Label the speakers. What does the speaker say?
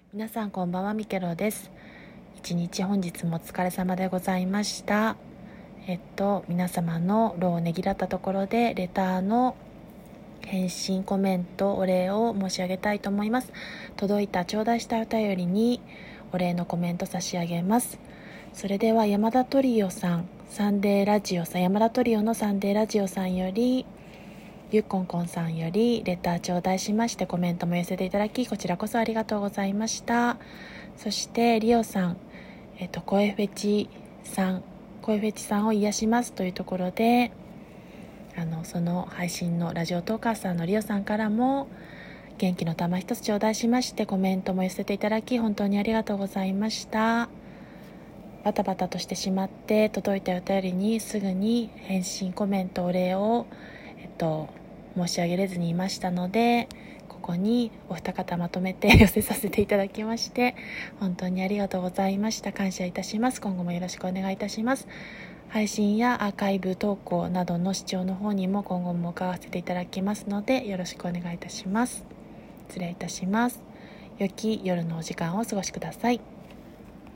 Speaker 1: 皆さんこんばんは、ミケロです。一日本日もお疲れ様でございました。皆様の労をねぎらったところでレターの返信、コメント、お礼を申し上げたいと思います。届いた頂戴したお便りにお礼のコメント差し上げます。それでは山田トリオさん、山田トリオのサンデーラジオさんより、ゆっこんこんさんよりレター頂戴しまして、コメントも寄せていただき、こちらこそありがとうございました。そしてリオさん、声フェチさんを癒しますというところで、その配信のラジオトーカーさんのリオさんからも元気の玉一つ頂戴しまして、コメントも寄せていただき、本当にありがとうございました。バタバタとしてしまって届いたお便りにすぐに返信、コメント、お礼を申し上げれずにいましたので、ここにお二方まとめて寄せさせていただきまして本当にありがとうございました。感謝いたします。今後もよろしくお願いいたします。配信やアーカイブ投稿などの視聴の方にも今後も伺わせていただきますので、よろしくお願いいたします。失礼いたします。良き夜のお時間をお過ごしください。